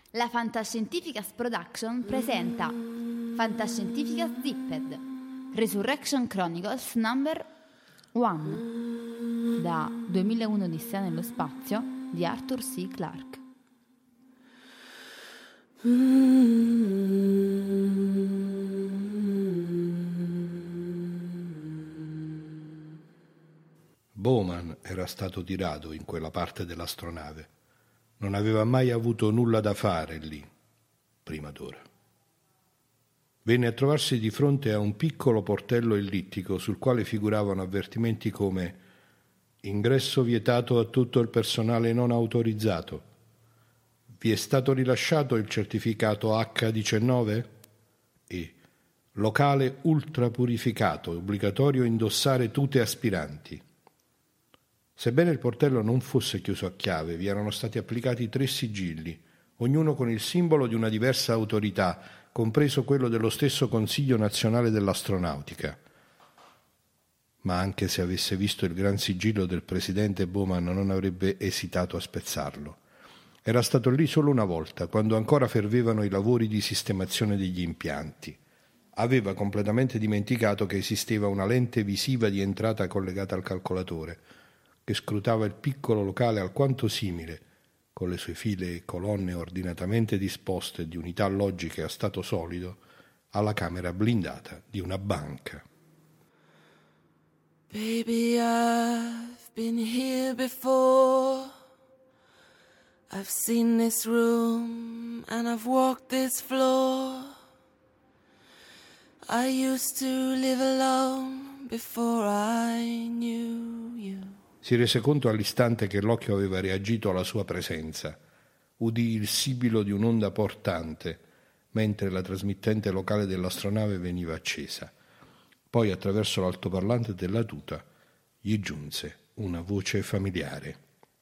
La Fantascientificas Production presenta Fantascientificas Zipped Resurrection Chronicles Number 1 da 2001 Odissea nello spazio di Arthur C. Clarke. Bowman era stato tirato in quella parte dell'astronave. Non aveva mai avuto nulla da fare lì, prima d'ora. Venne a trovarsi di fronte a un piccolo portello ellittico sul quale figuravano avvertimenti come ingresso vietato a tutto il personale non autorizzato. Vi è stato rilasciato il certificato H19 e locale ultrapurificato, obbligatorio indossare tute aspiranti. Sebbene il portello non fosse chiuso a chiave, vi erano stati applicati 3 sigilli, ognuno con il simbolo di una diversa autorità, compreso quello dello stesso Consiglio Nazionale dell'Astronautica. Ma anche se avesse visto il gran sigillo del presidente, Bowman non avrebbe esitato a spezzarlo. Era stato lì solo una volta, quando ancora fervevano i lavori di sistemazione degli impianti. Aveva completamente dimenticato che esisteva una lente visiva di entrata collegata al calcolatore, che scrutava il piccolo locale alquanto simile, con le sue file e colonne ordinatamente disposte di unità logiche a stato solido, alla camera blindata di una banca. Baby, I've been here before. I've seen this room and I've walked this floor. I used to live alone before I knew you. Si rese conto all'istante che l'occhio aveva reagito alla sua presenza. Udì il sibilo di un'onda portante, mentre la trasmittente locale dell'astronave veniva accesa. Poi, attraverso l'altoparlante della tuta, gli giunse una voce familiare.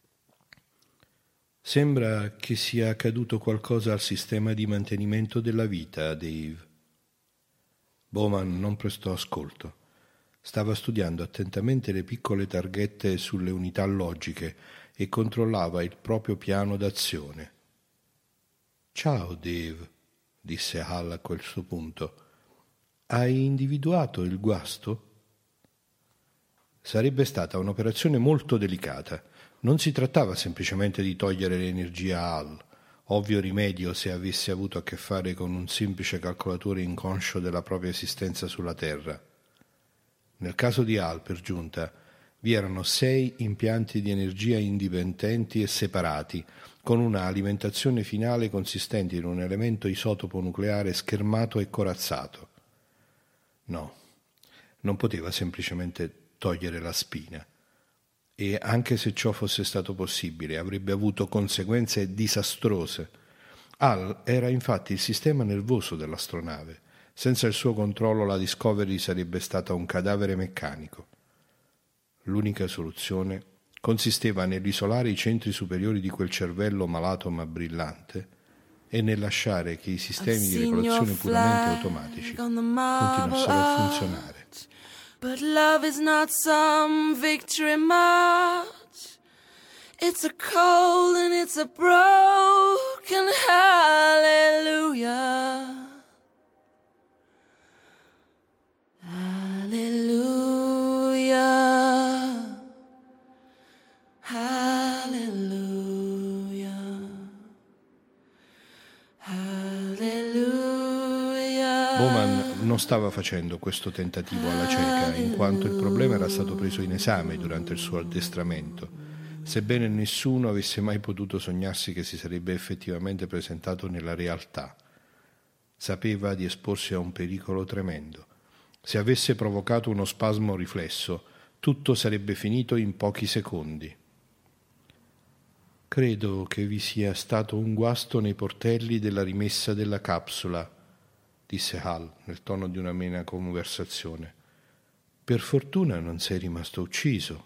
«Sembra che sia accaduto qualcosa al sistema di mantenimento della vita, Dave». Bowman non prestò ascolto. Stava studiando attentamente le piccole targhette sulle unità logiche e controllava il proprio piano d'azione. «Ciao, Dave», disse Hal a quel suo punto. «Hai individuato il guasto?» Sarebbe stata un'operazione molto delicata. Non si trattava semplicemente di togliere l'energia a Hal, ovvio rimedio se avesse avuto a che fare con un semplice calcolatore inconscio della propria esistenza sulla Terra. Nel caso di Hal, per giunta, vi erano 6 impianti di energia indipendenti e separati, con una alimentazione finale consistente in un elemento isotopo nucleare schermato e corazzato. No, non poteva semplicemente togliere la spina. E anche se ciò fosse stato possibile, avrebbe avuto conseguenze disastrose. Hal era infatti il sistema nervoso dell'astronave. Senza il suo controllo la Discovery sarebbe stata un cadavere meccanico. L'unica soluzione consisteva nell'isolare i centri superiori di quel cervello malato ma brillante e nel lasciare che i sistemi di regolazione puramente automatici continuassero a funzionare. But love is not some victory march. It's a cold and it's a broken hallelujah. Hallelujah, hallelujah, hallelujah. Bowman non stava facendo questo tentativo alla cieca, in quanto il problema era stato preso in esame durante il suo addestramento, sebbene nessuno avesse mai potuto sognarsi che si sarebbe effettivamente presentato nella realtà. Sapeva di esporsi a un pericolo tremendo. Se avesse provocato uno spasmo riflesso, tutto sarebbe finito in pochi secondi. «Credo che vi sia stato un guasto nei portelli della rimessa della capsula», disse Hal nel tono di una mera conversazione. «Per fortuna non sei rimasto ucciso».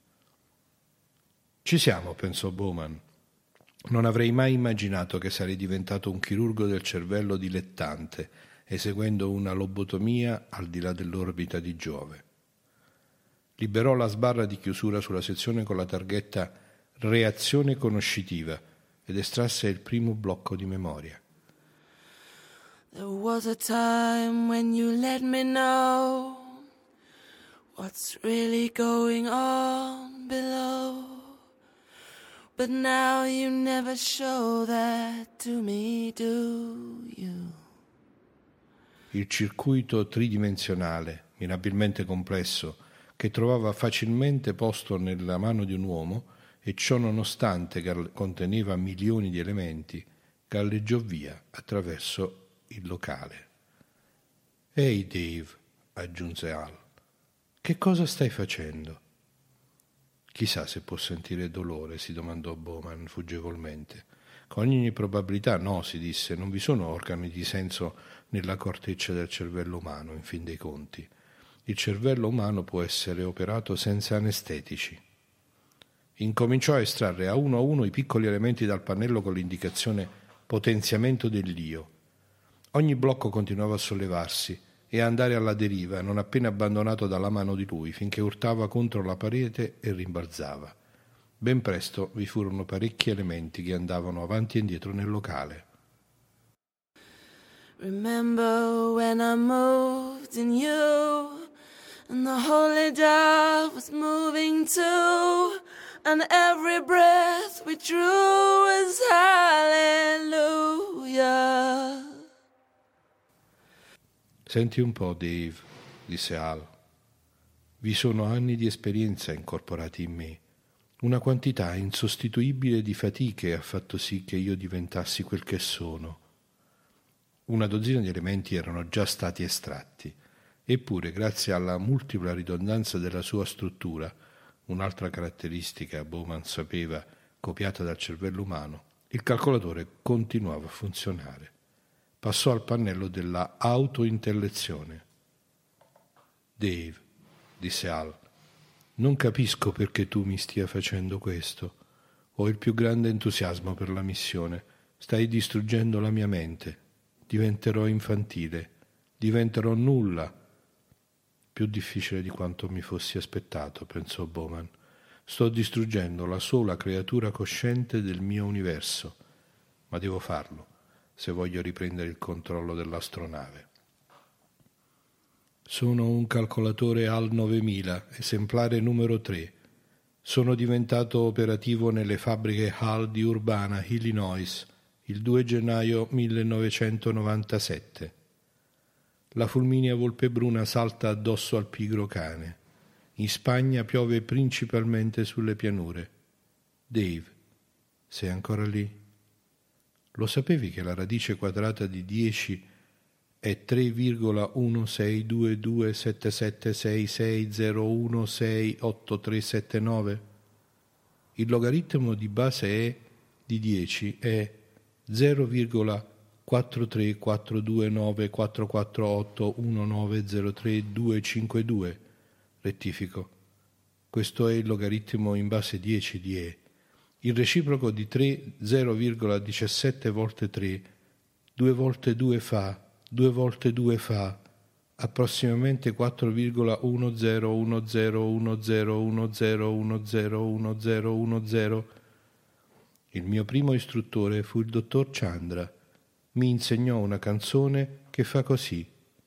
«Ci siamo», pensò Bowman. «Non avrei mai immaginato che sarei diventato un chirurgo del cervello dilettante, eseguendo una lobotomia al di là dell'orbita di Giove». Liberò la sbarra di chiusura sulla sezione con la targhetta «Reazione conoscitiva» ed estrasse il primo blocco di memoria. There was a time when you let me know what's really going on below, but now you never show that to me, do you? Il circuito tridimensionale, mirabilmente complesso, che trovava facilmente posto nella mano di un uomo, e ciò nonostante conteneva milioni di elementi, galleggiò via attraverso il locale. «Ehi Dave», aggiunse Al, «che cosa stai facendo?» «Chissà se può sentire dolore», si domandò Bowman fuggevolmente. «Con ogni probabilità no», si disse, «non vi sono organi di senso nella corteccia del cervello umano, in fin dei conti. Il cervello umano può essere operato senza anestetici». Incominciò a estrarre a uno i piccoli elementi dal pannello con l'indicazione «potenziamento dell'io». Ogni blocco continuava a sollevarsi e a andare alla deriva, non appena abbandonato dalla mano di lui, finché urtava contro la parete e rimbalzava. Ben presto vi furono parecchi elementi che andavano avanti e indietro nel locale. Remember when I moved in you, and the holy dove was moving too, and every breath we drew was hallelujah. «Senti un po', Dave», disse Al. «Vi sono anni di esperienza incorporati in me. Una quantità insostituibile di fatiche ha fatto sì che io diventassi quel che sono». Una dozzina di elementi erano già stati estratti, eppure grazie alla multipla ridondanza della sua struttura, un'altra caratteristica, Bowman sapeva, copiata dal cervello umano, il calcolatore continuava a funzionare. Passò al pannello della autointellezione. «Dave», disse Al, «non capisco perché tu mi stia facendo questo. Ho il più grande entusiasmo per la missione. Stai distruggendo la mia mente. Diventerò infantile. Diventerò nulla». «Più difficile di quanto mi fossi aspettato», pensò Bowman. «Sto distruggendo la sola creatura cosciente del mio universo. Ma devo farlo, se voglio riprendere il controllo dell'astronave». «Sono un calcolatore HAL 9000, esemplare numero 3. Sono diventato operativo nelle fabbriche HAL di Urbana, Illinois, il 2 gennaio 1997. La fulminea volpe bruna salta addosso al pigro cane. In Spagna piove principalmente sulle pianure. Dave, sei ancora lì? Lo sapevi che la radice quadrata di 10 è 3,162277660168379? Il logaritmo di base E di 10 è 0,434294481903252. Rettifico. Questo è il logaritmo in base 10 di E. Il reciproco di 3, 0,17 volte 3, 2 volte 2 fa, 2 volte 2 fa, approssimativamente 4,10101010101010. Il mio primo istruttore fu il dottor Chandra. Mi insegnò una canzone che fa così.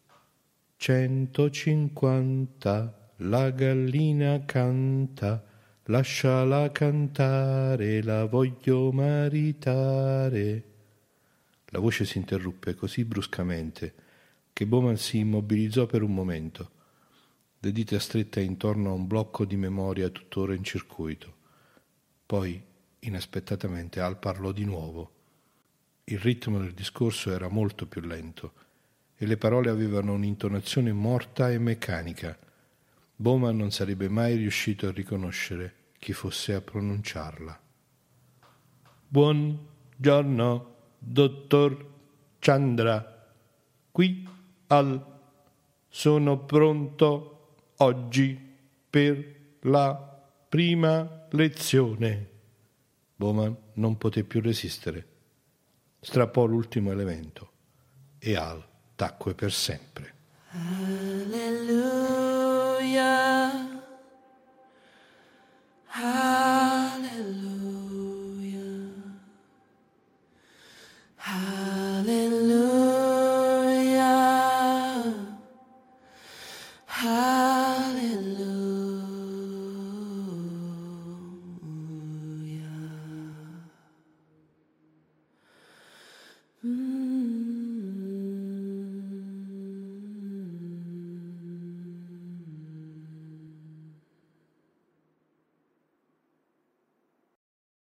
150, la gallina canta, lasciala cantare, la voglio maritare. La voce si interruppe così bruscamente che Bowman si immobilizzò per un momento, le dita strette intorno a un blocco di memoria tuttora in circuito. Poi, inaspettatamente, Al parlò di nuovo. Il ritmo del discorso era molto più lento e le parole avevano un'intonazione morta e meccanica. Bowman non sarebbe mai riuscito a riconoscere chi fosse a pronunciarla. «Buongiorno, dottor Chandra. Qui Al. Sono pronto oggi per la prima lezione». Bowman non poté più resistere. Strappò l'ultimo elemento e Al tacque per sempre. Hallelujah. Hallelujah. Mm.